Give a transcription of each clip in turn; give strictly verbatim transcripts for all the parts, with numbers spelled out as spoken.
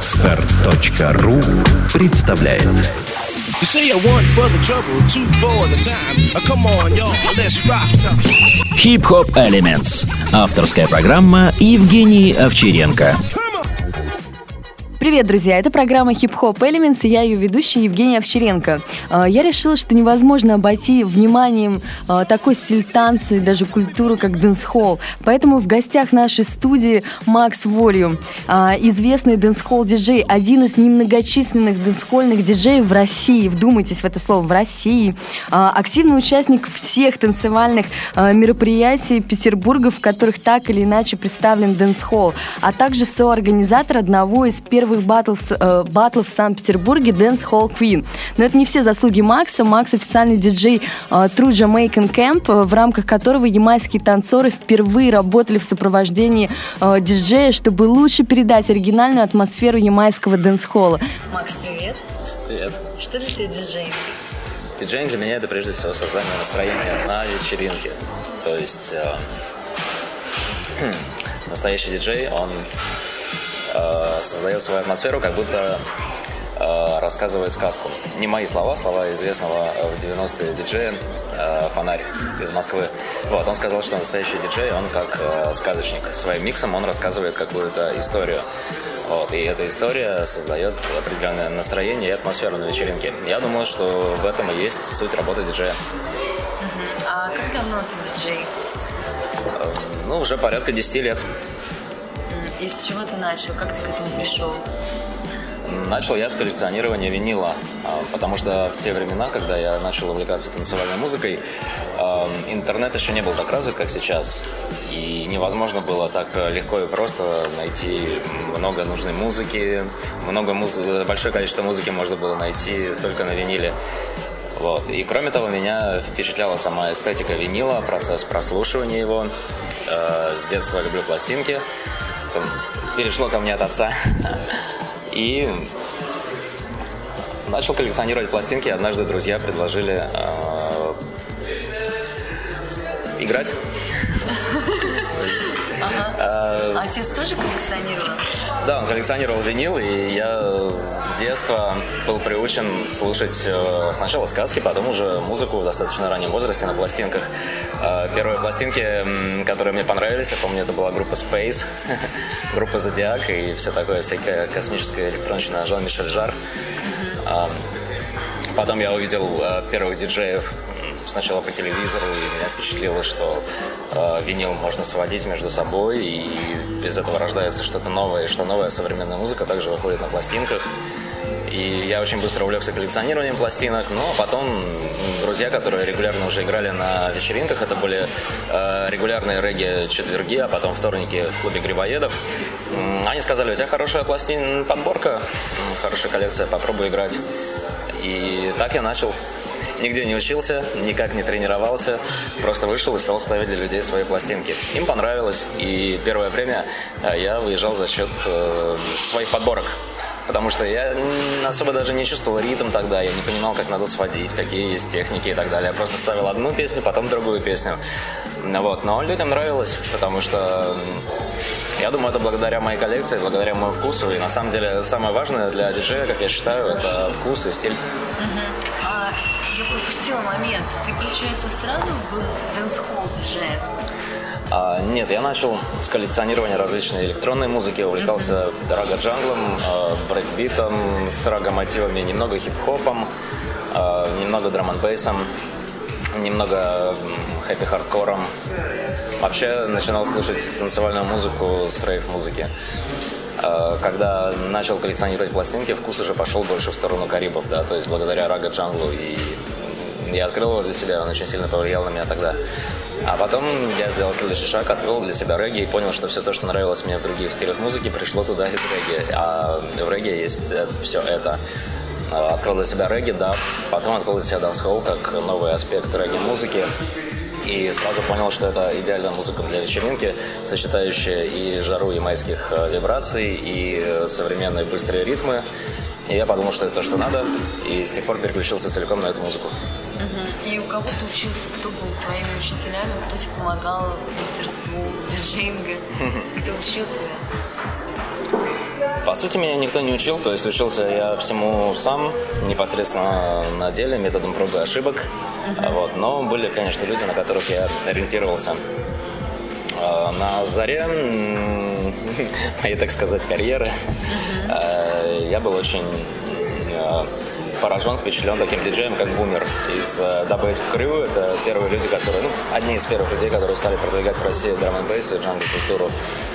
Подстер точка ру представляет. Hip-Hop Elements. Авторская программа Евгении Овчаренко. Привет, друзья! Это программа Hip-Hop Elements, и я ее ведущая Евгения Овчаренко. Я решила, что невозможно обойти вниманием такой стиль танца и даже культуру, как дэнс-холл. Поэтому в гостях нашей студии Макс Volume, известный дэнс-холл-диджей, один из немногочисленных дэнс-холльных диджеев в России. Вдумайтесь в это слово, в России. Активный участник всех танцевальных мероприятий Петербурга, в которых так или иначе представлен дэнс-холл, а также соорганизатор одного из первых батлов, э, батлов в Санкт-Петербурге Dance Hall Queen. Но это не все заслуги Макса. Макс официальный диджей э, True Jamaican Camp, э, в рамках которого ямайские танцоры впервые работали в сопровождении э, диджея, чтобы лучше передать оригинальную атмосферу ямайского дэнс-холла. Макс, привет. Привет. Что для тебя диджейнг? Диджейнг для меня это прежде всего создание настроения на вечеринке. То есть э, настоящий диджей, он создает свою атмосферу, как будто э, рассказывает сказку. Не мои слова, слова известного в девяностые диджея э, Фонарь из Москвы. Вот, он сказал, что настоящий диджей, он как э, сказочник. Своим миксом он рассказывает какую-то историю. Вот, и эта история создает определенное настроение и атмосферу на вечеринке. Я думаю, что в этом и есть суть работы диджея. Uh-huh. А как давно ты диджей? Э, ну, уже порядка десяти лет. И с чего ты начал? Как ты к этому пришел? Начал я с коллекционирования винила, потому что в те времена, когда я начал увлекаться танцевальной музыкой, интернет еще не был так развит, как сейчас. И невозможно было так легко и просто найти много нужной музыки. Много муз... Большое количество музыки можно было найти только на виниле. Вот. И кроме того, меня впечатляла сама эстетика винила, процесс прослушивания его. С детства люблю пластинки. Перешло ко мне от отца. И начал коллекционировать пластинки. Однажды друзья предложили э, играть. Ага. А отец тоже коллекционировал? Да, он коллекционировал винил, и я с детства был приучен слушать э, сначала сказки, потом уже музыку в достаточно раннем возрасте на пластинках. Э, первые пластинки, которые мне понравились, я помню, это была группа Space, группа Зодиак и все такое, всякая космическая электронщина, Жан-Мишель Жарр. Э, потом я увидел э, первых диджеев сначала по телевизору, и меня впечатлило, что э, винил можно сводить между собой, и из этого рождается что-то новое, и что новая современная музыка также выходит на пластинках. И я очень быстро увлекся коллекционированием пластинок, но потом друзья, которые регулярно уже играли на вечеринках, это были э, регулярные регги-четверги, а потом вторники в клубе Грибоедов, э, они сказали: у тебя хорошая пластин подборка, хорошая коллекция, попробуй играть. И так я начал. Нигде не учился, никак не тренировался, просто вышел и стал ставить для людей свои пластинки. Им понравилось, и первое время я выезжал за счет э, своих подборок, потому что я особо даже не чувствовал ритм тогда, я не понимал, как надо сводить, какие есть техники и так далее. Я просто ставил одну песню, потом другую песню. Вот. Но людям нравилось, потому что, я думаю, это благодаря моей коллекции, благодаря моему вкусу. И на самом деле самое важное для диджея, как я считаю, это вкус и стиль. Uh-huh. А, я пропустила момент. Ты, получается, сразу был дэнс-холл диджеем? А, нет, я начал с коллекционирования различной электронной музыки, увлекался mm-hmm. рага-джанглом, брейкбитом, с рага-мотивами, немного хип-хопом, немного драм-н-бейсом, немного хэппи-хардкором. Вообще начинал слушать танцевальную музыку с рейв-музыки. Когда начал коллекционировать пластинки, вкус уже пошел больше в сторону Карибов, да, то есть благодаря рага-джанглу, и я открыл его для себя, он очень сильно повлиял на меня тогда. А потом я сделал следующий шаг, открыл для себя регги и понял, что все то, что нравилось мне в других стилях музыки, пришло туда из регги. А в регги есть это, все это. Открыл для себя регги, да, потом открыл для себя дэнс-холл как новый аспект регги-музыки. И сразу понял, что это идеальная музыка для вечеринки, сочетающая и жару ямайских вибраций, и современные быстрые ритмы. И я подумал, что это то, что надо, и с тех пор переключился целиком на эту музыку. И у кого ты учился? Кто был твоими учителями? Кто тебе помогал мастерству диджеинга? Кто учил тебя? По сути, меня никто не учил, то есть учился я всему сам, непосредственно на деле, методом проб и ошибок. Uh-huh. Вот. Но были, конечно, люди, на которых я ориентировался. На заре моей, так сказать, карьеры uh-huh. я был очень поражен, впечатлен таким диджеем, как Бумер из Dub Bass Crew. Это первые люди, которые, ну, одни из первых людей, которые стали продвигать в России драм-н-бейс и джангл-культуру.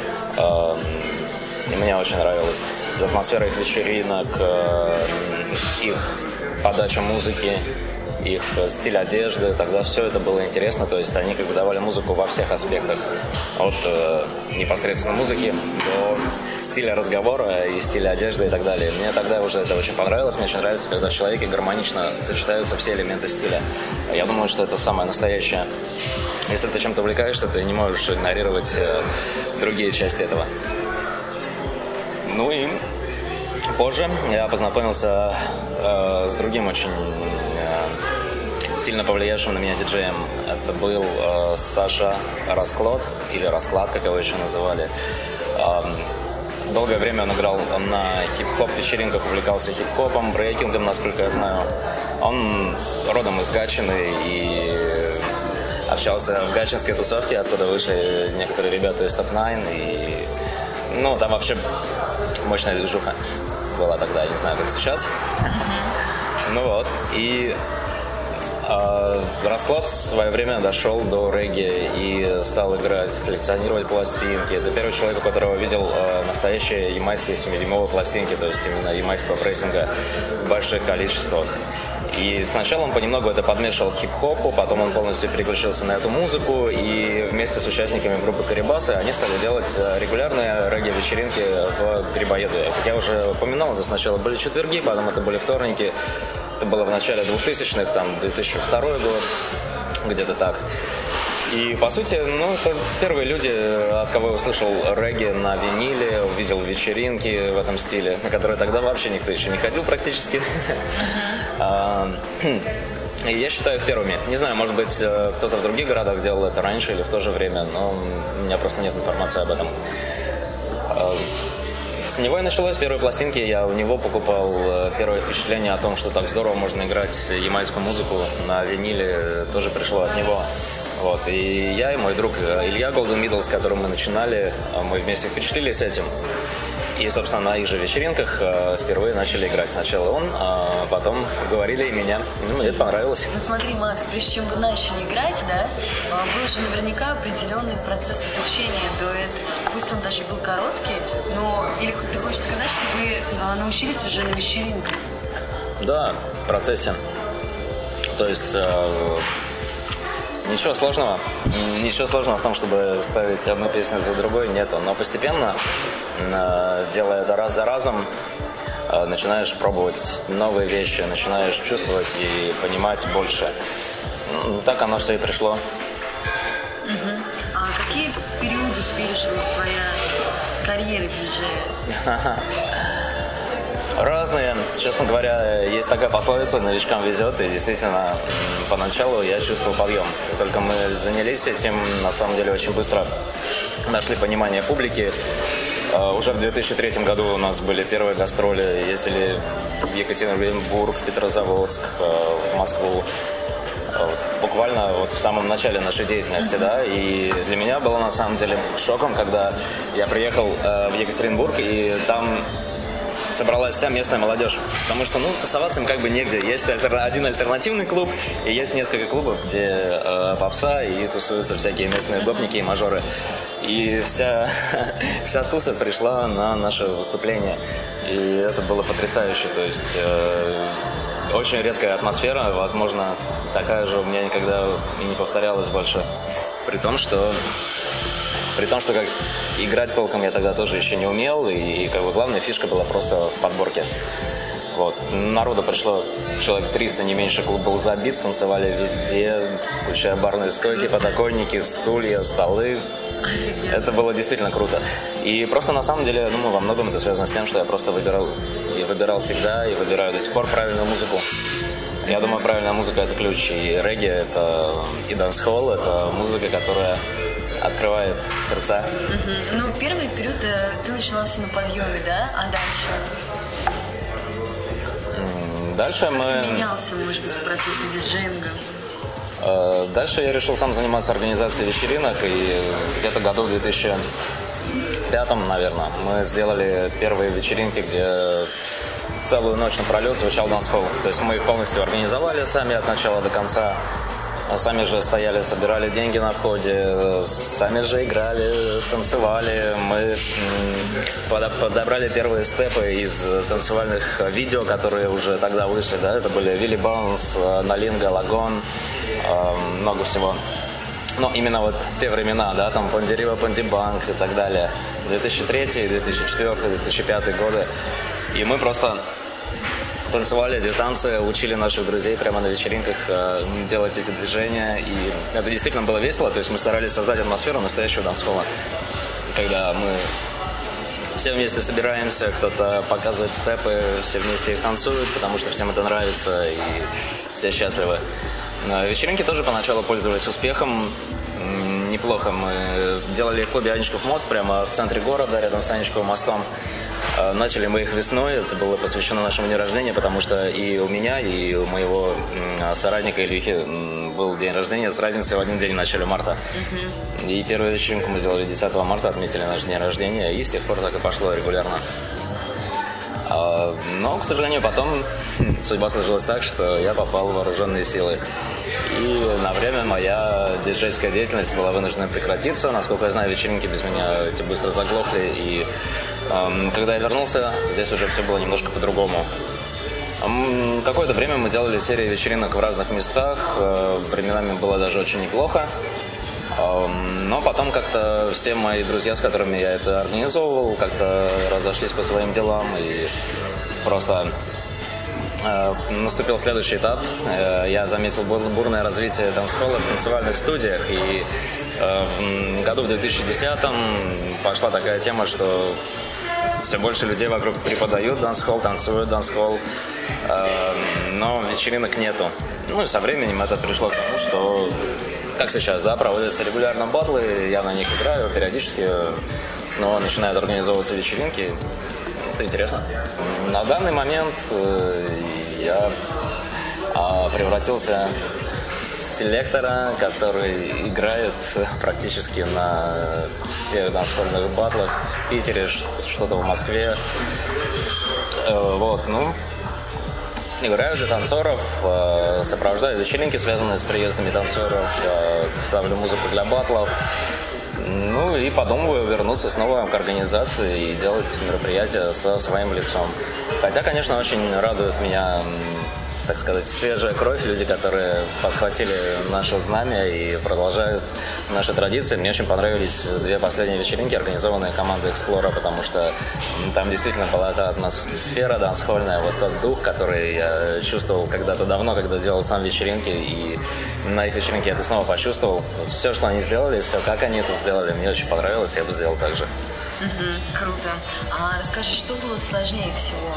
И мне очень нравилась атмосфера их вечеринок, их подача музыки, их стиль одежды. Тогда все это было интересно, то есть они как бы давали музыку во всех аспектах. От э, непосредственно музыки до стиля разговора и стиля одежды и так далее. Мне тогда уже это очень понравилось. Мне очень нравится, когда в человеке гармонично сочетаются все элементы стиля. Я думаю, что это самое настоящее. Если ты чем-то увлекаешься, ты не можешь игнорировать э, другие части этого. Ну и позже я познакомился э, с другим очень э, сильно повлиявшим на меня диджеем. Это был э, Саша Расклад, или Расклад, как его еще называли. Э, долгое время он играл на хип-хоп вечеринках, увлекался хип-хопом, брейкингом, насколько я знаю. Он родом из Гатчины и общался в гатчинской тусовке, откуда вышли некоторые ребята из топ девять. И, ну, там вообще мощная движуха была тогда, я не знаю, как сейчас. Mm-hmm. Ну вот, и э, Расклад в свое время дошел до регги и стал играть, коллекционировать пластинки. Это первый человек, у которого видел э, настоящие ямайские семидюймовые пластинки, то есть именно ямайского прессинга в больших количествах. И сначала он понемногу это подмешивал к хип-хопу, потом он полностью переключился на эту музыку, и вместе с участниками группы Карибасы они стали делать регулярные регги-вечеринки в Грибоеду. Как я уже упоминал, это сначала были четверги, потом это были вторники. Это было в начале двухтысячных, там, две тысячи второй год, где-то так. И, по сути, ну, это первые люди, от кого я услышал регги на виниле, увидел вечеринки в этом стиле, на которые тогда вообще никто еще не ходил практически. И я считаю их первыми. Не знаю, может быть, кто-то в других городах делал это раньше или в то же время, но у меня просто нет информации об этом. С него и началось. Первые пластинки я у него покупал. Первое впечатление о том, что так здорово можно играть ямайскую музыку на виниле, тоже пришло от него. Вот. И я и мой друг Илья Golden Middle, с которым мы начинали, мы вместе впечатлились этим. И, собственно, на их же вечеринках впервые начали играть. Сначала он, а потом уговорили и меня. Ну, мне это понравилось. Ну смотри, Макс, прежде чем вы начали играть, да, был же наверняка определенный процесс обучения до этого. Пусть он даже был короткий, но или ты хочешь сказать, что вы научились уже на вечеринках? Да, в процессе. То есть... Ничего сложного. Ничего сложного в том, чтобы ставить одну песню за другой, нету. Но постепенно, делая это раз за разом, начинаешь пробовать новые вещи, начинаешь чувствовать и понимать больше. Так оно все и пришло. Угу. А какие периоды пережила твоя карьера диджея? Разные. Честно говоря, есть такая пословица: новичкам везет, и действительно, поначалу я чувствовал подъем. И только мы занялись этим, на самом деле, очень быстро нашли понимание публики. Уже в две тысячи третьем году у нас были первые гастроли, ездили в Екатеринбург, в Петрозаводск, в Москву. Буквально вот в самом начале нашей деятельности, да, и для меня было на самом деле шоком, когда я приехал в Екатеринбург, и там собралась вся местная молодежь, потому что, ну, тусоваться им как бы негде. Есть альтер... один альтернативный клуб, и есть несколько клубов, где э, попса, и тусуются всякие местные гопники и мажоры. И вся, вся туса пришла на наше выступление, и это было потрясающе. То есть э, очень редкая атмосфера, возможно, такая же у меня никогда и не повторялась больше. При том, что При том, что как играть толком я тогда тоже еще не умел, и как бы главная фишка была просто в подборке. Вот. Народу пришло человек триста, не меньше, клуб был забит, танцевали везде, включая барные стойки, подоконники, стулья, столы. Офигенно. Это было действительно круто. И просто на самом деле, ну, во многом это связано с тем, что я просто выбирал, и выбирал всегда, и выбираю до сих пор правильную музыку. Я думаю, правильная музыка — это ключ. И регги — это и дансхолл, это музыка, которая открывает сердца. Угу. Ну, первый период э, ты начинал все на подъеме, да? А дальше? Дальше как мы... ты менялся, может быть, в процессе диджеинга? Э, дальше я решил сам заниматься организацией вечеринок, и где-то году в две тысячи пятом, наверное, мы сделали первые вечеринки, где целую ночь напролет звучал дансхолл. То есть мы их полностью организовали сами от начала до конца. Сами же стояли, собирали деньги на входе, сами же играли, танцевали. Мы подобрали первые степы из танцевальных видео, которые уже тогда вышли. Да? Это были Вилли Баунс, Налинга, Лагон, много всего. Но именно вот те времена, да, там Пондирива, Пондибанк и так далее. две тысячи третий, две тысячи четвёртый, две тысячи пятый годы. И мы просто танцевали эти танцы, учили наших друзей прямо на вечеринках э, делать эти движения. И это действительно было весело. То есть мы старались создать атмосферу настоящего дансхолла. Когда мы все вместе собираемся, кто-то показывает степы, все вместе их танцуют, потому что всем это нравится и все счастливы. Вечеринки тоже поначалу пользовались успехом. Неплохо. Мы делали в клубе Аничков мост прямо в центре города, рядом с Аничковым мостом. Начали мы их весной. Это было посвящено нашему дню рождения, потому что и у меня, и у моего соратника Ильюхи был день рождения с разницей в один день в начале марта. Uh-huh. И первую вечеринку мы сделали десятого марта, отметили наш день рождения, и с тех пор так и пошло регулярно. Но, к сожалению, потом судьба сложилась так, что я попал в вооруженные силы. И на время моя диджейская деятельность была вынуждена прекратиться. Насколько я знаю, вечеринки без меня эти быстро заглохли. И э, когда я вернулся, здесь уже все было немножко по-другому. Э, какое-то время мы делали серии вечеринок в разных местах. Э, временами было даже очень неплохо. Э, но потом как-то все мои друзья, с которыми я это организовывал, как-то разошлись по своим делам. И просто... наступил следующий этап. Я заметил бурное развитие дансхолла в танцевальных студиях. И в году в две тысячи десятом пошла такая тема, что все больше людей вокруг преподают дансхолл, танцуют дансхолл, но вечеринок нету. Ну и со временем это пришло к тому, что, как сейчас, да, проводятся регулярно батлы, я на них играю, периодически снова начинают организовываться вечеринки. Это интересно. На данный момент я превратился в селектора, который играет практически на всех дансхольных батлах в Питере, что-то в Москве. Вот, ну, играю для танцоров, сопровождаю вечеринки, связанные с приездами танцоров, ставлю музыку для батлов. Ну и подумываю вернуться снова к организации и делать мероприятия со своим лицом. Хотя, конечно, очень радует меня, так сказать, свежая кровь, люди, которые подхватили наше знамя и продолжают наши традиции. Мне очень понравились две последние вечеринки, организованные командой Эксплора, потому что там действительно была та атмосфера дансхольная, вот тот дух, который я чувствовал когда-то давно, когда делал сам вечеринки, и на их вечеринке я это снова почувствовал. Вот все, что они сделали, все, как они это сделали, мне очень понравилось, я бы сделал так же. Угу, круто. А расскажи, что было сложнее всего?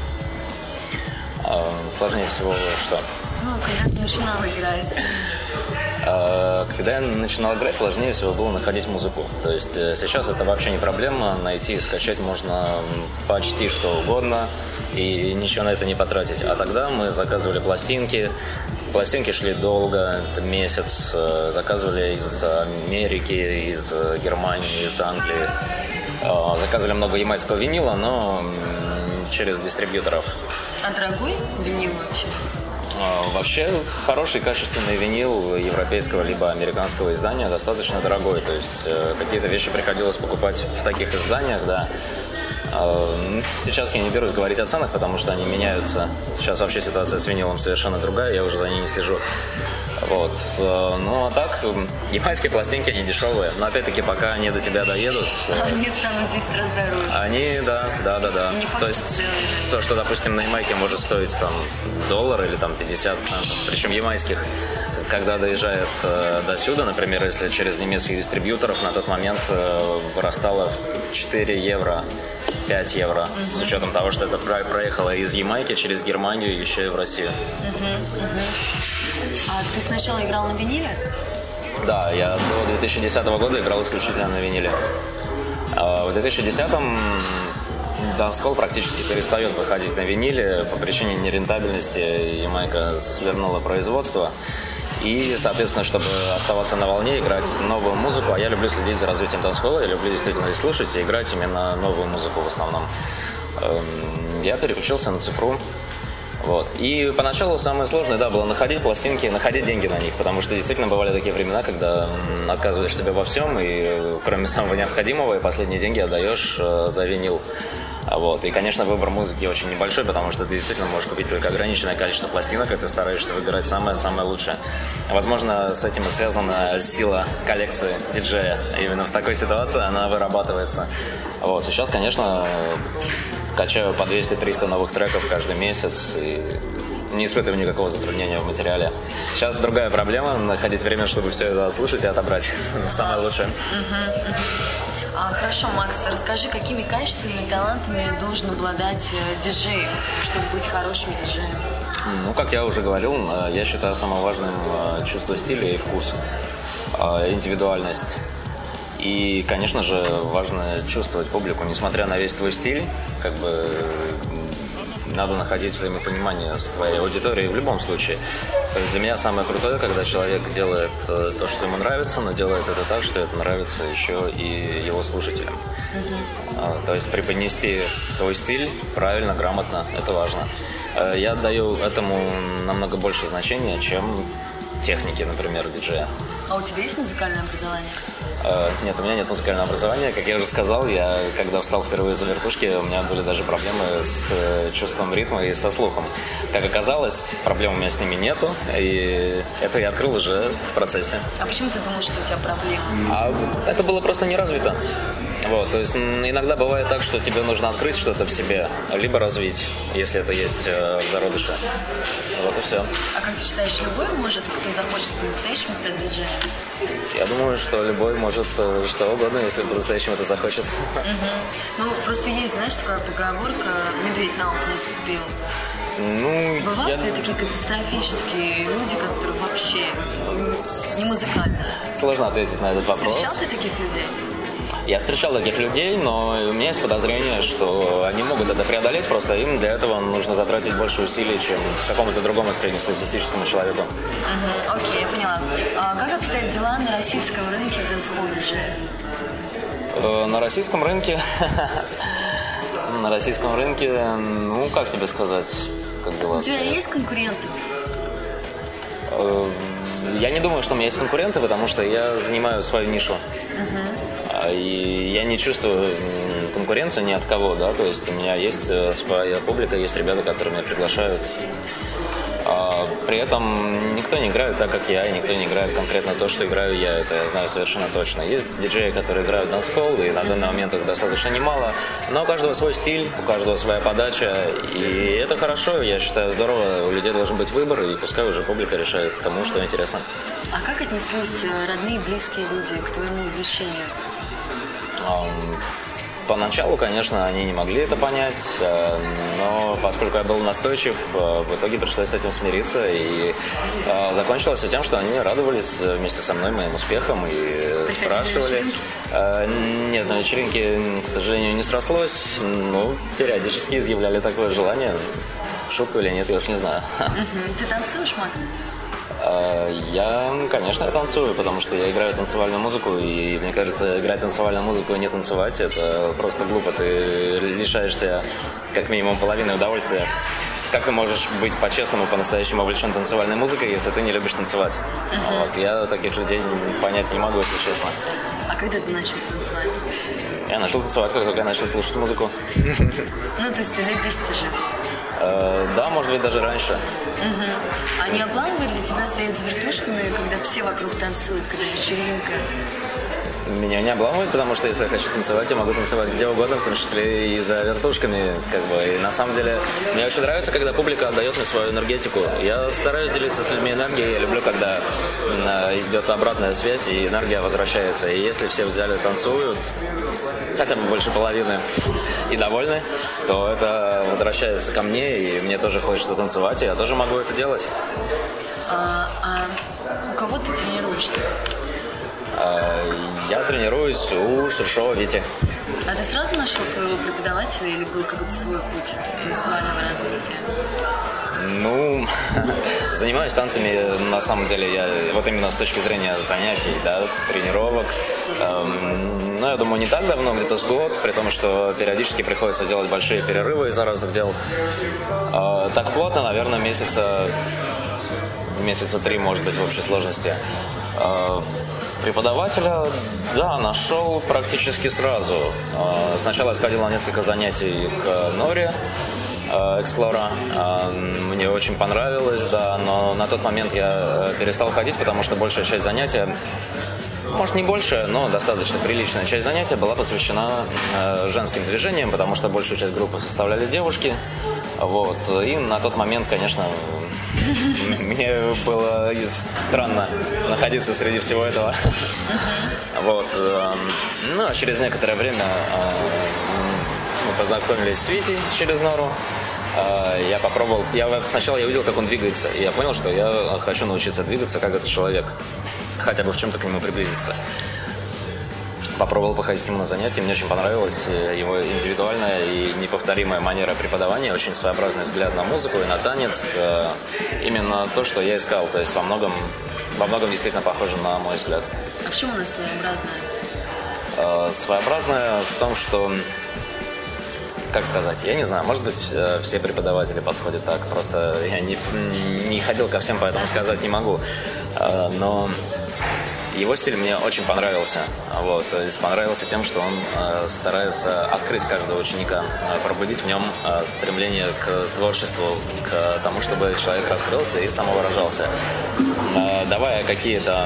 Сложнее всего что? Ну, когда ты начинал играть. Когда я начинал играть, сложнее всего было находить музыку. То есть сейчас это вообще не проблема. Найти и скачать можно почти что угодно. И ничего на это не потратить. А тогда мы заказывали пластинки. Пластинки шли долго, месяц. Заказывали из Америки, из Германии, из Англии. Заказывали много ямайского винила, но через дистрибьюторов. А дорогой винил вообще? Вообще хороший качественный винил европейского либо американского издания достаточно дорогой. То есть какие-то вещи приходилось покупать в таких изданиях, да. Сейчас я не берусь говорить о ценах, потому что они меняются. Сейчас вообще ситуация с винилом совершенно другая, я уже за ней не слежу. Вот. Ну, а так, ямайские пластинки, они дешевые. Но, опять-таки, пока они до тебя доедут... Они станут десять раз дороже. Они, да, да, да, да. То есть, то, что, допустим, на Ямайке может стоить там доллар или там пятьдесят центов. Причем ямайских, когда доезжает э, до сюда, например, если через немецких дистрибьюторов, на тот момент э, вырастало в четыре евро. пять евро, uh-huh. с учетом того, что это проехало из Ямайки через Германию и еще и в Россию. Uh-huh. Uh-huh. А ты сначала играл на виниле? Да, я до две тысячи десятого года играл исключительно на виниле. А в две тысячи десятом Dancehall практически перестает выходить на виниле по причине нерентабельности. Ямайка свернула производство. И, соответственно, чтобы оставаться на волне, играть новую музыку. А я люблю следить за развитием Dancehall, я люблю действительно и слушать, и играть именно новую музыку в основном. Я переключился на цифру. Вот. И поначалу самое сложное, да, было находить пластинки, находить деньги на них, потому что действительно бывали такие времена, когда отказываешь себе во всем, и кроме самого необходимого, и последние деньги отдаешь э, за винил. Вот. И, конечно, выбор музыки очень небольшой, потому что ты действительно можешь купить только ограниченное количество пластинок, и ты стараешься выбирать самое-самое лучшее. Возможно, с этим и связана сила коллекции диджея. Именно в такой ситуации она вырабатывается. Вот. Сейчас, конечно, качаю по двести-триста новых треков каждый месяц и не испытываю никакого затруднения в материале. Сейчас другая проблема — находить время, чтобы все это слушать и отобрать. Самое лучшее. А, хорошо, Макс, расскажи, какими качествами и талантами должен обладать диджей, чтобы быть хорошим диджеем? Ну, как я уже говорил, я считаю самым важным чувство стиля и вкус, индивидуальность. И, конечно же, важно чувствовать публику, несмотря на весь твой стиль, как бы надо находить взаимопонимание с твоей аудиторией в любом случае. То есть для меня самое крутое, когда человек делает то, что ему нравится, но делает это так, что это нравится еще и его слушателям. Mm-hmm. То есть преподнести свой стиль правильно, грамотно, это важно. Я отдаю этому намного больше значения, чем технике, например, диджея. А у тебя есть музыкальное образование? Нет, у меня нет музыкального образования. Как я уже сказал, я когда встал впервые за вертушки, у меня были даже проблемы с чувством ритма и со слухом. Как оказалось, проблем у меня с ними нету, и это я открыл уже в процессе. А почему ты думал, что у тебя проблемы? А это было просто не развито. Вот, то есть иногда бывает так, что тебе нужно открыть что-то в себе, либо развить, если это есть в зародыше. Вот и все. А как ты считаешь, любой может, кто захочет по-настоящему стать диджеем? Я думаю, что любой может что угодно, если по-настоящему это захочет. Угу. Ну, просто есть, знаешь, такая поговорка «медведь на ухо наступил». Ну, Бывают я... ли такие катастрофические люди, которые вообще не музыкальные? Сложно ответить на этот вопрос. Встречал ты таких людей? Я встречал таких людей, но у меня есть подозрение, что они могут это преодолеть, просто им для этого нужно затратить больше усилий, чем какому-то другому среднестатистическому человеку. Угу, окей, я поняла. А как обстоят дела на российском рынке дэнс-холл диджеев? Э, на российском рынке... На российском рынке, ну, как тебе сказать, как дела? У тебя есть конкуренты? Э, я не думаю, что у меня есть конкуренты, потому что я занимаю свою нишу. Угу. И я не чувствую конкуренции ни от кого, да, то есть у меня есть своя публика, есть ребята, которые меня приглашают. А при этом никто не играет так, как я, и никто не играет конкретно то, что играю я, это я знаю совершенно точно. Есть диджеи, которые играют dancehall, и на данный момент их достаточно немало, но у каждого свой стиль, у каждого своя подача, и это хорошо, я считаю, здорово, у людей должен быть выбор, и пускай уже публика решает, кому что интересно. А как отнеслись родные и близкие люди к твоему увлечению? Поначалу, конечно, они не могли это понять, но поскольку я был настойчив, в итоге пришлось с этим смириться, и закончилось все тем, что они радовались вместе со мной моим успехам и Ты спрашивали. Нет, на вечеринке, к сожалению, не срослось, но периодически изъявляли такое желание. Шутку или нет, я уж не знаю. Ты танцуешь, Макс? Я, конечно, я танцую, потому что я играю танцевальную музыку, и мне кажется, играть танцевальную музыку и не танцевать — это просто глупо. Ты лишаешься как минимум половины удовольствия. Как ты можешь быть по-честному, по-настоящему увлечен танцевальной музыкой, если ты не любишь танцевать? Uh-huh. Вот, я таких людей понять не могу, если честно. А когда ты начал танцевать? Я начал танцевать, как только я начал слушать музыку. Ну, то есть лет десять уже? Да, может быть, даже раньше. Угу. А не обламывает для тебя стоять за вертушками, когда все вокруг танцуют, когда вечеринка? Меня не обламывает, потому что если я хочу танцевать, я могу танцевать где угодно, в том числе и за вертушками, как бы. И на самом деле мне очень нравится, когда публика отдает мне свою энергетику. Я стараюсь делиться с людьми энергией, я люблю, когда идет обратная связь и энергия возвращается. И если все в зале танцуют, хотя бы больше половины, и довольны, то это возвращается ко мне, и мне тоже хочется танцевать, и я тоже могу это делать. А, а у кого ты тренируешься? Я тренируюсь у Шершова Вити. А ты сразу нашел своего преподавателя или был какой-то свой путь танцевального развития? Ну, занимаюсь танцами, на самом деле, я вот именно с точки зрения занятий, да, тренировок. Эм, ну, я думаю, не так давно, где-то с год, при том, что периодически приходится делать большие перерывы из-за разных дел. Э, так плотно, наверное, месяца, месяца три, может быть, в общей сложности. Э, Преподавателя, да, нашел практически сразу. Сначала я сходил на несколько занятий к Норе Эксплора. Мне очень понравилось, да, но на тот момент я перестал ходить, потому что большая часть занятия, может не больше, но достаточно приличная часть занятия была посвящена женским движениям, потому что большую часть группы составляли девушки. Вот. И на тот момент, конечно, мне было странно находиться среди всего этого. Вот. Ну, а через некоторое время мы познакомились с Витей через Нору. Я попробовал, я сначала я увидел, как он двигается, и я понял, что я хочу научиться двигаться, как этот человек, хотя бы в чем-то к нему приблизиться. Попробовал походить ему на занятия, мне очень понравилась его индивидуальная и неповторимая манера преподавания, очень своеобразный взгляд на музыку и на танец. Именно то, что я искал, то есть во многом, во многом действительно похоже на мой взгляд. А в чем она своеобразная? Своеобразная в том, что, как сказать, я не знаю, может быть, все преподаватели подходят так, просто я не, не ходил ко всем, поэтому сказать не могу, но... Его стиль мне очень понравился. Вот, то есть понравился тем, что он э, старается открыть каждого ученика, э, пробудить в нем э, стремление к творчеству, к тому, чтобы человек раскрылся и самовыражался. Э, давая какие-то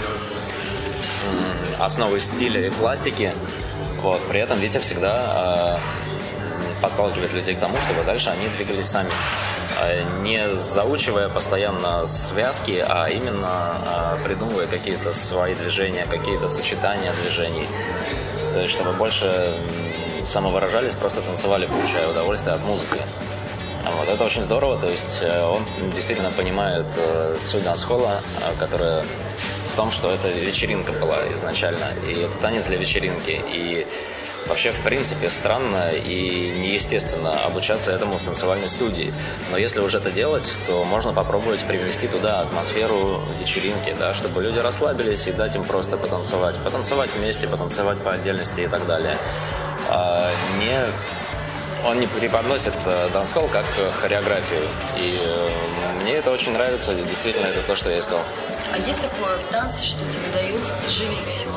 э, основы стиля и пластики, вот, при этом Витя всегда э, подталкивает людей к тому, чтобы дальше они двигались сами. Не заучивая постоянно связки, а именно придумывая какие-то свои движения, какие-то сочетания движений. То есть, чтобы больше самовыражались, просто танцевали, получая удовольствие от музыки. Вот. Это очень здорово, то есть он действительно понимает суть дансхолла, которая в том, что это вечеринка была изначально, и это танец для вечеринки. И вообще, в принципе, странно и неестественно обучаться этому в танцевальной студии. Но если уже это делать, то можно попробовать привнести туда атмосферу вечеринки, да, чтобы люди расслабились и дать им просто потанцевать. Потанцевать вместе, потанцевать по отдельности и так далее. А не... Он не преподносит дансхолл как хореографию. И мне это очень нравится. Действительно, это то, что я искал. А есть такое в танце, что тебе дается тяжелее всего?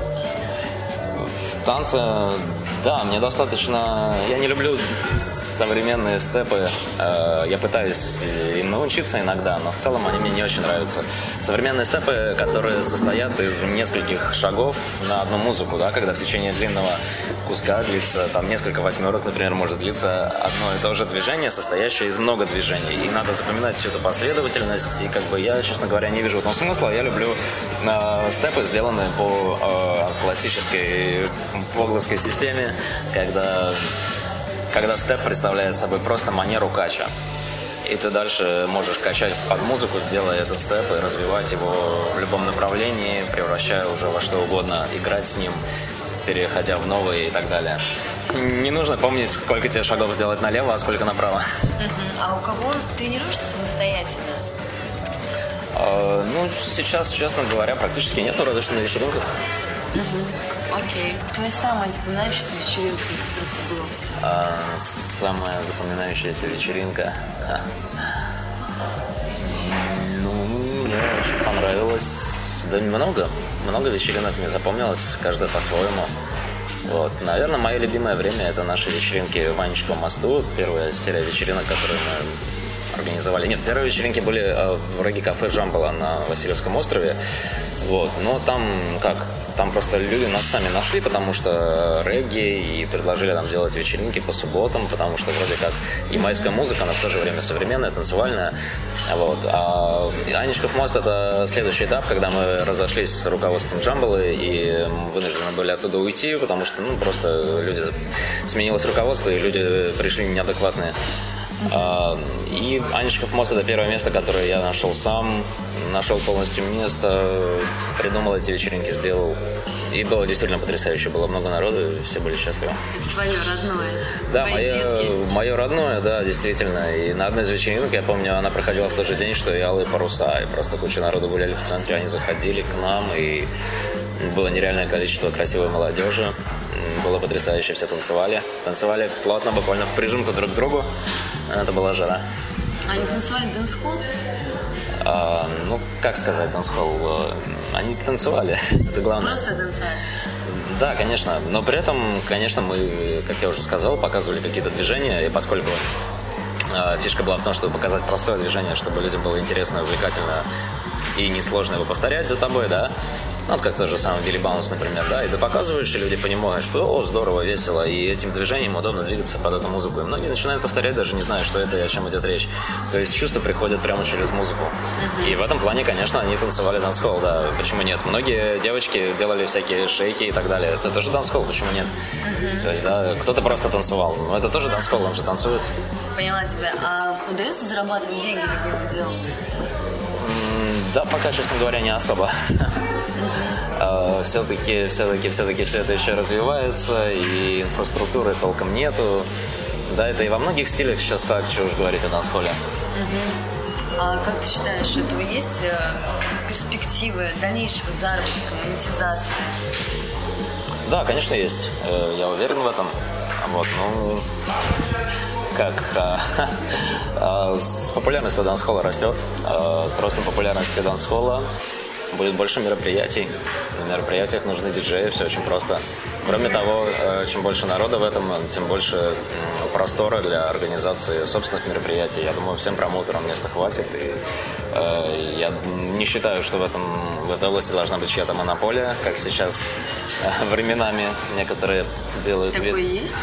В танце, да, мне достаточно... Я не люблю современные степы. Я пытаюсь им научиться иногда, но в целом они мне не очень нравятся. Современные степы, которые состоят из нескольких шагов на одну музыку, да, когда в течение длинного куска длится, там, несколько восьмерок, например, может длиться одно и то же движение, состоящее из много движений. И надо запоминать всю эту последовательность. И, как бы, я, честно говоря, не вижу в этом смысла. Я люблю э, степы, сделанные по э, классической вогловской системе, когда... Когда степ представляет собой просто манеру кача. И ты дальше можешь качать под музыку, делая этот степ и развивать его в любом направлении, превращая уже во что угодно, играть с ним, переходя в новые и так далее. Не нужно помнить, сколько тебе шагов сделать налево, а сколько направо. А у кого тренируешься самостоятельно? А, ну, сейчас, честно говоря, практически нет, но разве что на вечеринках. Угу. Окей. Твоя самая запоминающаяся вечеринка, на которой ты был? А, самая запоминающаяся вечеринка. Ха. Ну, мне очень понравилось. Да много. Много вечеринок мне запомнилось, каждая по-своему. Вот. Наверное, мое любимое время — это наши вечеринки в Анечковом мосту. Первая серия вечеринок, которые мы организовали. Нет, первые вечеринки были в регги-кафе «Джамбала» на Васильевском острове. Вот. Но там как... Там просто люди нас сами нашли, потому что регги, и предложили нам делать вечеринки по субботам, потому что вроде как и майская музыка, но в то же время современная, танцевальная. Вот. А Анечков мост — это следующий этап, когда мы разошлись с руководством Джамбалы и вынуждены были оттуда уйти, потому что ну, просто люди... сменилось руководство, и люди пришли неадекватные. Uh-huh. И Анечков мост — это первое место, которое я нашел сам, нашел полностью место, придумал эти вечеринки, сделал. И было действительно потрясающе. Было много народу, и все были счастливы. Твое родное. Да, мое, мое родное, да, действительно. И на одной из вечеринок, я помню, она проходила в тот же день, что и «Алые паруса». И просто куча народу гуляли в центре, они заходили к нам, и было нереальное количество красивой молодежи. Было потрясающе, все танцевали. Танцевали плотно, буквально в прижимку друг к другу. Это была жара. Они танцевали дэнс-холл? А, ну, как сказать, дэнс-холл? Они танцевали, это главное. Просто танцевали? Да, конечно. Но при этом, конечно, мы, как я уже сказал, показывали какие-то движения. И поскольку э, фишка была в том, чтобы показать простое движение, чтобы людям было интересно, увлекательно и несложно его повторять за тобой, да. Вот как тот же самый Билли Баунс, например, да, и ты показываешь, и люди понимают, что о, здорово, весело, и этим движением удобно двигаться под эту музыку. И многие начинают повторять, даже не зная, что это и о чем идет речь. То есть чувства приходят прямо через музыку. Uh-huh. И в этом плане, конечно, они танцевали дансхолл, да, почему нет? Многие девочки делали всякие шейки и так далее. Это тоже дансхолл, почему нет? Uh-huh. То есть, да, кто-то просто танцевал, но это тоже дансхолл, он же танцует. Поняла тебя. А удается зарабатывать деньги любимым делом? Да, пока, честно говоря, не особо. Uh-huh. Все-таки, все-таки, все-таки все это еще развивается, и инфраструктуры толком нету. Да, это и во многих стилях сейчас так, что уж говорить о дансхолле. Uh-huh. А как ты считаешь, у этого есть перспективы дальнейшего заработка, монетизации? Да, конечно, есть. Я уверен в этом. Вот, ну... как а, а, с популярностью дансхолла растет, а, с ростом популярности дансхолла будет больше мероприятий. На мероприятиях нужны диджеи, все очень просто. Кроме того, чем больше народа в этом, тем больше простора для организации собственных мероприятий. Я думаю, всем промоутерам места хватит. И э, я не считаю, что в, этом, в этой области должна быть чья-то монополия, как сейчас э, временами некоторые делают вид. Такое есть?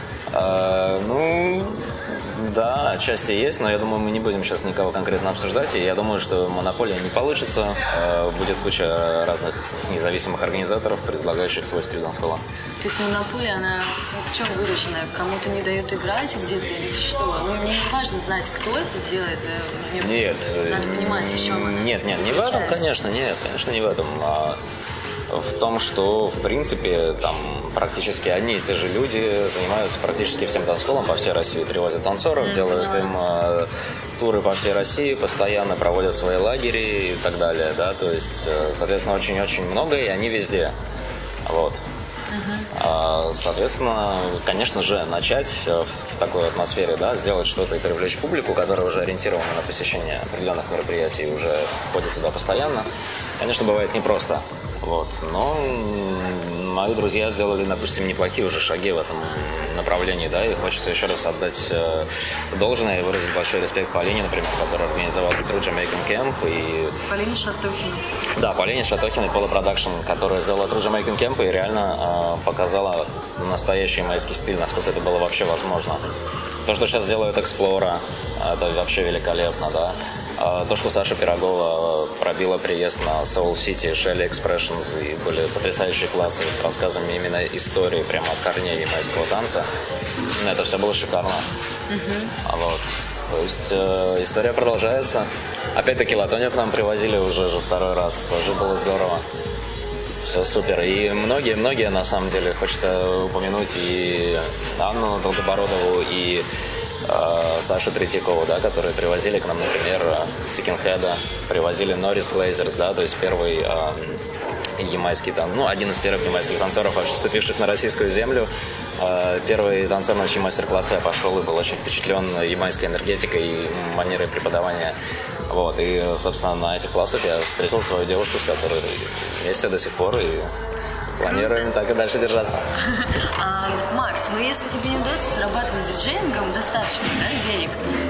Э, ну... Да, отчасти есть, но я думаю, мы не будем сейчас никого конкретно обсуждать, и я думаю, что монополия не получится. Будет куча разных независимых организаторов, предлагающих свой стиль дансхолла. То есть монополия, она в чем выражена? Кому-то не дают играть где-то или что? Ну, мне не важно знать, кто это делает. Мне нет. Надо понимать, в чем она. Нет, нет, не в этом, конечно, нет, конечно, не в этом. А в том, что, в принципе, там практически одни и те же люди занимаются практически всем дансхоллом по всей России, привозят танцоров, mm-hmm. делают им э, туры по всей России, постоянно проводят свои лагеря и так далее, да, то есть, э, соответственно, очень-очень много, и они везде, вот. Mm-hmm. А, соответственно, конечно же, начать в такой атмосфере, да, сделать что-то и привлечь публику, которая уже ориентирована на посещение определенных мероприятий и уже ходит туда постоянно, конечно, бывает непросто. Вот. Но мои друзья сделали, допустим, неплохие уже шаги в этом направлении, да, и хочется еще раз отдать э, должное и выразить большой респект Полине, например, которая организовала True Jamaican Camp. И... Полине Шатохиной. Да, Полине Шатохиной, Polo Production, которая сделала True Jamaican Camp и реально э, показала настоящий майский стиль, насколько это было вообще возможно. То, что сейчас делают Эксплора, это вообще великолепно, да. То, что Саша Пирогова пробила приезд на Soul City, Shelly Expressions, и были потрясающие классы с рассказами именно истории прямо от корней ямайского танца, это все было шикарно. Uh-huh. Вот. То есть э, история продолжается. Опять-таки Латонию к нам привозили уже же второй раз, тоже было здорово. Все супер. И многие-многие, на самом деле, хочется упомянуть и Анну Долгобородову, и Сашу Третьякову, да, которые привозили к нам, например, Сикенхеда, привозили Норрис Блейзерс, да, то есть первый э, ямайский танцор, ну, один из первых ямайских танцоров, вообще вступивших на российскую землю. Э, первый танцор, на чьи мастер-классы я пошел и был очень впечатлен ямайской энергетикой и манерой преподавания. Вот, и, собственно, на этих классах я встретил свою девушку, с которой вместе до сих пор, и планируем так и дальше держаться. А, Макс, ну если тебе не удастся зарабатывать диджеингом достаточно, да, денег,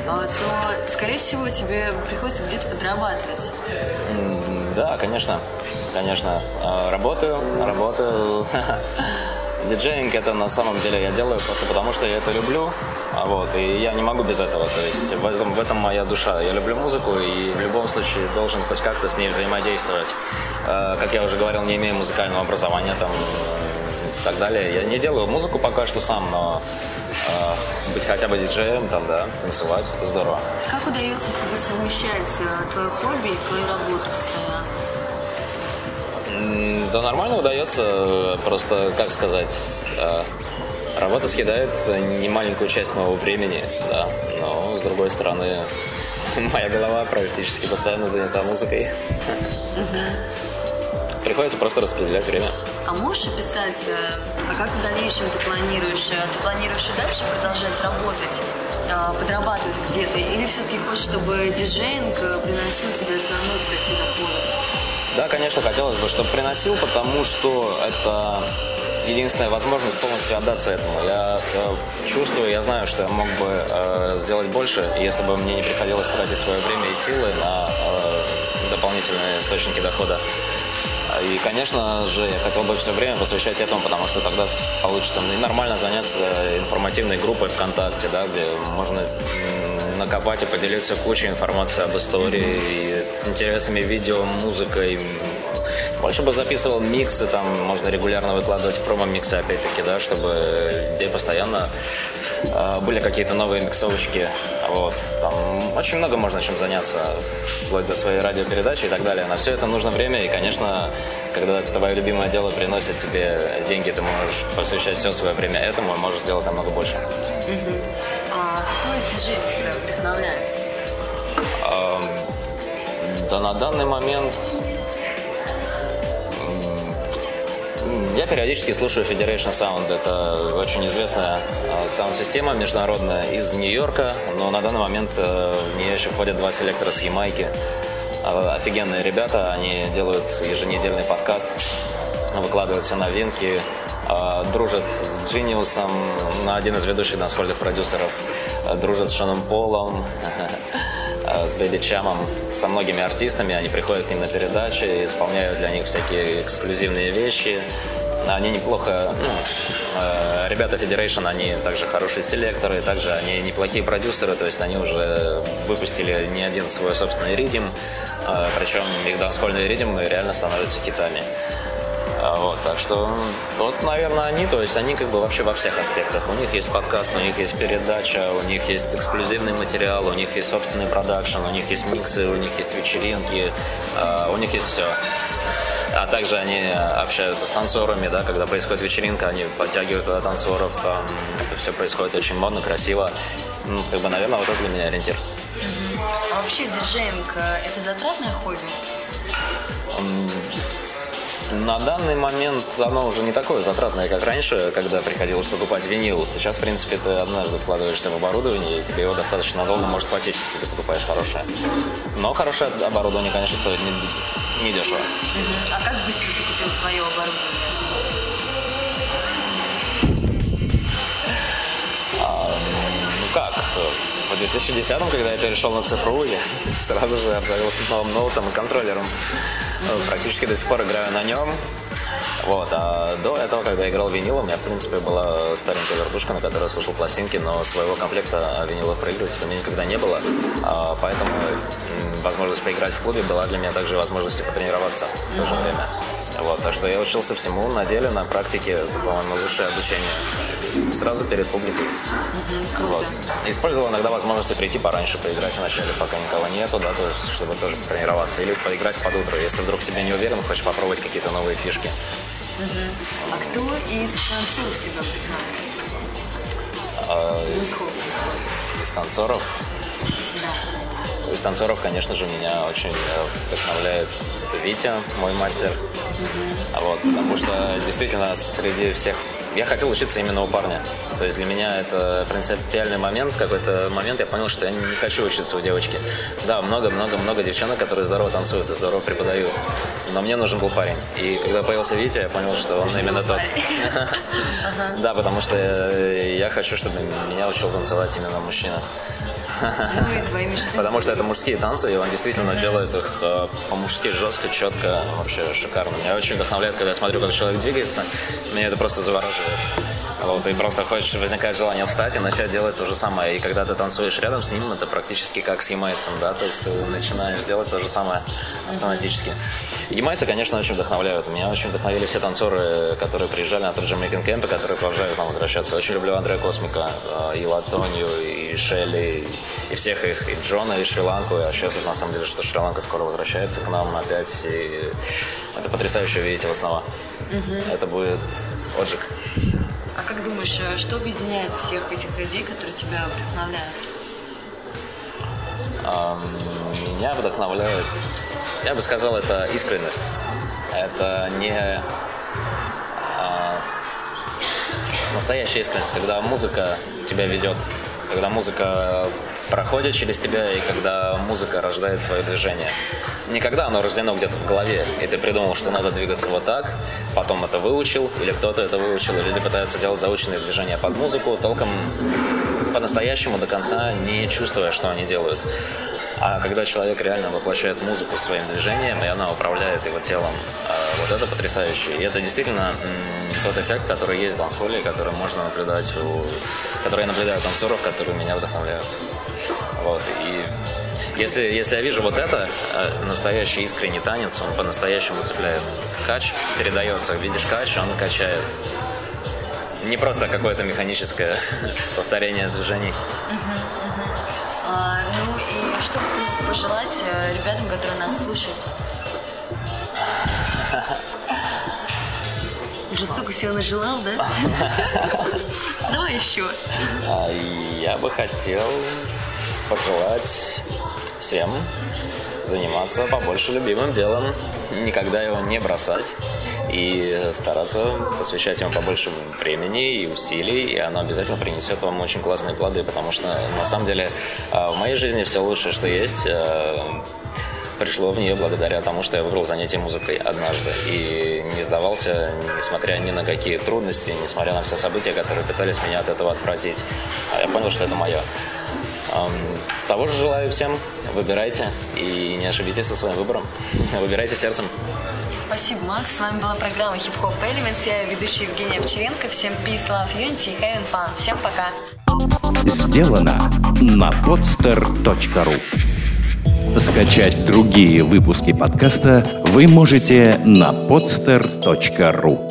то, скорее всего, тебе приходится где-то подрабатывать. Да, конечно, конечно. Работаю, работаю. Диджеинг это на самом деле я делаю просто потому, что я это люблю, вот, и я не могу без этого, то есть в этом, в этом моя душа. Я люблю музыку и в любом случае должен хоть как-то с ней взаимодействовать. Как я уже говорил, не имею музыкального образования там и так далее. Я не делаю музыку пока что сам, но быть хотя бы диджеем, там, да, танцевать, это здорово. Как удается тебе совмещать твое хобби и твою работу постоянно? Да нормально удается, просто, как сказать, работа съедает немаленькую часть моего времени, да, но, с другой стороны, моя голова практически постоянно занята музыкой. Приходится просто распределять время. А можешь описать, а как в дальнейшем ты планируешь? Ты планируешь и дальше продолжать работать, подрабатывать где-то? Или все-таки хочешь, чтобы диджеинг приносил тебе основную статью дохода? Да, конечно, хотелось бы, чтобы приносил, потому что это единственная возможность полностью отдаться этому. Я, я чувствую, я знаю, что я мог бы э, сделать больше, если бы мне не приходилось тратить свое время и силы на э, дополнительные источники дохода. И, конечно же, я хотел бы все время посвящать этому, потому что тогда получится нормально заняться информативной группой ВКонтакте, да, где можно накопать и поделиться кучей информации об истории, и интересными видео, музыкой. Больше бы записывал миксы, там можно регулярно выкладывать промо-миксы, опять-таки, да, чтобы где постоянно э, были какие-то новые миксовочки. Вот. Там очень много можно чем заняться, вплоть до своей радиопередачи и так далее. На все это нужно время, и, конечно, когда твое любимое дело приносит тебе деньги, ты можешь посвящать все свое время этому и можешь сделать намного больше. Uh-huh. А кто из диджеев тебя вдохновляет? А, да на данный момент... Я периодически слушаю Federation Sound. Это очень известная саунд-система международная из Нью-Йорка, но на данный момент в нее еще входят два селектора с Ямайки. Офигенные ребята, они делают еженедельный подкаст, выкладывают все новинки, дружат с Genius'ом, один из ведущих дансхольных продюсеров, дружат с Шоном Полом, с Бэби Чамом, со многими артистами. Они приходят к ним на передачи, исполняют для них всякие эксклюзивные вещи. Они неплохо... Ну, э, ребята Federation, они также хорошие селекторы, также они неплохие продюсеры, то есть они уже выпустили не один свой собственный ридим, э, причем их дансхольные ридимы реально становятся хитами. Вот, так что, вот, наверное, они, то есть они как бы вообще во всех аспектах. У них есть подкаст, у них есть передача, у них есть эксклюзивный материал, у них есть собственный продакшн, у них есть миксы, у них есть вечеринки, э, у них есть все. А также они общаются с танцорами, да, когда происходит вечеринка, они подтягивают туда танцоров, там это все происходит очень модно, красиво. Ну, как бы, наверное, вот это для меня ориентир. А вообще диджеинг – это затратное хобби? На данный момент оно уже не такое затратное, как раньше, когда приходилось покупать винил. Сейчас, в принципе, ты однажды вкладываешься в оборудование, и тебе его достаточно долго может хватить, если ты покупаешь хорошее. Но хорошее оборудование, конечно, стоит не, не дешево. Uh-huh. А как быстро ты купил свое оборудование? А, ну как? В две тысячи десятом, когда я перешел на цифру, я сразу же обзавелся новым ноутом и контроллером. Практически до сих пор играю на нем. Вот. А до этого, когда я играл винилом, у меня, в принципе, была старенькая вертушка, на которой я слушал пластинки, но своего комплекта виниловых проигрывателей у меня никогда не было. А, поэтому возможность поиграть в клубе была для меня также возможностью потренироваться в то же время. Вот. Так что я учился всему на деле, на практике. Это, по-моему, высшее обучение. Сразу перед публикой. Mm-hmm, вот. Использовал иногда возможности прийти пораньше, поиграть вначале, пока никого нету, да, то есть, чтобы тоже потренироваться. Или поиграть под утро, если вдруг себе не уверен, хочешь попробовать какие-то новые фишки. Mm-hmm. А кто из танцоров тебя вдохновляет? А, из, из танцоров? Да. Из танцоров, конечно же, меня очень вдохновляет Витя, мой мастер. Mm-hmm. Вот, потому что действительно среди всех... Я хотел учиться именно у парня. То есть для меня это принципиальный момент. В какой-то момент я понял, что я не хочу учиться у девочки. Да, много-много-много девчонок, которые здорово танцуют и здорово преподают. Но мне нужен был парень. И когда появился Витя, я понял, что он именно тот. Да, потому что я хочу, чтобы меня учил танцевать именно мужчина. Ну и твои мечты. Потому что это мужские танцы, и он действительно делает их по-мужски жестко, четко, вообще шикарно. Меня очень вдохновляет, когда я смотрю, как человек двигается. Меня это просто завораживает. Вот, и просто хочешь, возникает желание встать и начать делать то же самое. И когда ты танцуешь рядом с ним, это практически как с ямайцем, да, то есть ты начинаешь делать то же самое автоматически. Ямайцы, конечно, очень вдохновляют. Меня очень вдохновили все танцоры, которые приезжали на тот же Making Camp, которые продолжают нам возвращаться. Очень люблю Андрея Космика, и Латонию, и Шелли, и всех их, и Джона, и Шри-Ланку. Я счастлив, на самом деле, что Шри-Ланка скоро возвращается к нам опять. И это потрясающе увидеть его снова. Mm-hmm. Это будет отжиг. А как думаешь, что объединяет всех этих людей, которые тебя вдохновляют? Меня вдохновляет, я бы сказал, это искренность. Это не а, настоящая искренность, когда музыка тебя ведет, когда музыка проходит через тебя и когда музыка рождает твое движение. Не когда оно рождено где-то в голове, и ты придумал, что надо двигаться вот так, потом это выучил, или кто-то это выучил, или люди пытаются делать заученные движения под музыку, толком по-настоящему до конца не чувствуя, что они делают. А когда человек реально воплощает музыку своим движением, и она управляет его телом, вот это потрясающе. И это действительно тот эффект, который есть в дансхолле, который можно наблюдать у... который я наблюдаю у танцоров, которые меня вдохновляют. Вот. И если, если я вижу вот это, настоящий искренний танец, он по-настоящему цепляет. Кач передается, видишь кач, он качает. Не просто какое-то механическое повторение движений. А, ну и что бы ты мог пожелать ребятам, которые нас слушают? Уже столько всего нажелал, да? Давай еще. Я бы хотел пожелать всем заниматься побольше любимым делом, никогда его не бросать и стараться посвящать ему побольше времени и усилий, и оно обязательно принесет вам очень классные плоды, потому что на самом деле в моей жизни все лучшее, что есть, пришло в нее благодаря тому, что я выбрал занятие музыкой однажды и не сдавался, несмотря ни на какие трудности, несмотря на все события, которые пытались меня от этого отвратить. Я понял, что это мое. Того же желаю всем. Выбирайте и не ошибитесь со своим выбором. Выбирайте сердцем. Спасибо, Макс. С вами была программа Hip Hop Elements. Я ведущая Евгения Овчаренко. Всем peace, love, unity и having fun. Всем пока. Сделано на подстер точка ру. Скачать другие выпуски подкаста вы можете на подстер точка ру.